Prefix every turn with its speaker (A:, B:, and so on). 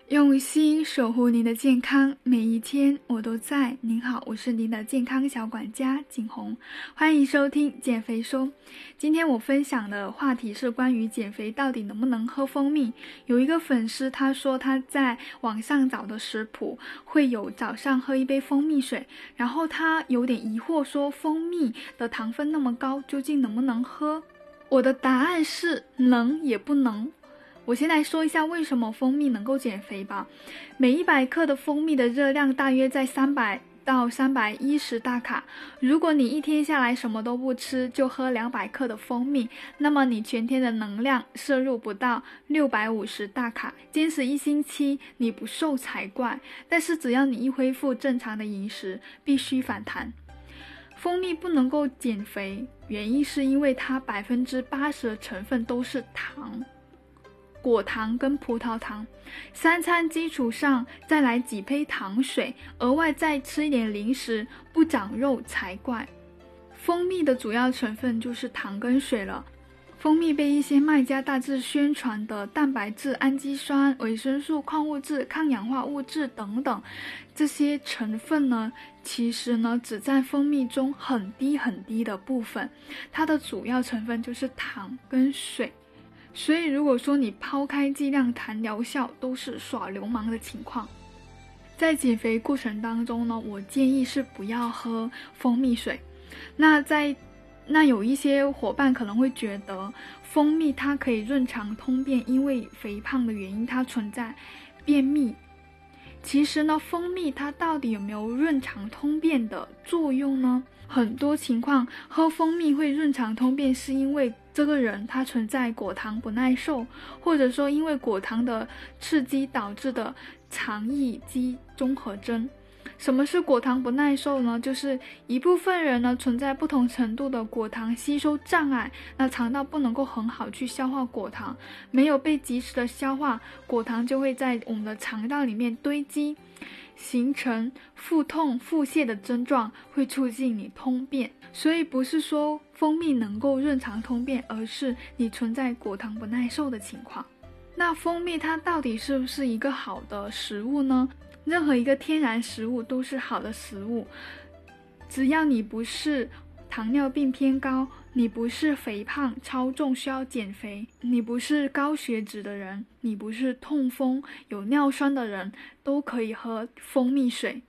A: 用心守护您的健康，每一天我都在。您好，我是您的健康小管家景红，欢迎收听减肥说。今天我分享的话题是关于减肥到底能不能喝蜂蜜。有一个粉丝他说他在网上找的食谱会有早上喝一杯蜂蜜水，然后他有点疑惑说蜂蜜的糖分那么高，究竟能不能喝？我的答案是能也不能。我先来说一下为什么蜂蜜能够减肥吧。每100克的蜂蜜的热量大约在300到310大卡。如果你一天下来什么都不吃，就喝200克的蜂蜜，那么你全天的能量摄入不到650大卡。坚持1星期，你不瘦才怪。但是只要你一恢复正常的饮食，必须反弹。蜂蜜不能够减肥，原因是因为它80%的成分都是糖。果糖跟葡萄糖，3餐基础上再来几杯糖水，额外再吃一点零食，不长肉才怪。蜂蜜的主要成分就是糖跟水了。蜂蜜被一些卖家大致宣传的蛋白质、氨基酸、维生素、矿物质、抗氧化物质等等这些成分呢，其实呢只占蜂蜜中很低很低的部分，它的主要成分就是糖跟水。所以如果说你抛开剂量谈疗效，都是耍流氓的情况。在减肥过程当中呢，我建议是不要喝蜂蜜水。那有一些伙伴可能会觉得蜂蜜它可以润肠通便，因为肥胖的原因它存在便秘。其实呢，蜂蜜它到底有没有润肠通便的作用呢？很多情况喝蜂蜜会润肠通便，是因为这个人他存在果糖不耐受，或者说因为果糖的刺激导致的肠易激综合征。什么是果糖不耐受呢？就是一部分人呢存在不同程度的果糖吸收障碍，那肠道不能够很好去消化果糖，没有被及时的消化，果糖就会在我们的肠道里面堆积，形成腹痛、腹泻的症状，会促进你通便。所以不是说蜂蜜能够润肠通便，而是你存在果糖不耐受的情况。那蜂蜜它到底是不是一个好的食物呢？任何一个天然食物都是好的食物，只要你不是糖尿病偏高，你不是肥胖超重需要减肥，你不是高血脂的人，你不是痛风有尿酸的人，都可以喝蜂蜜水。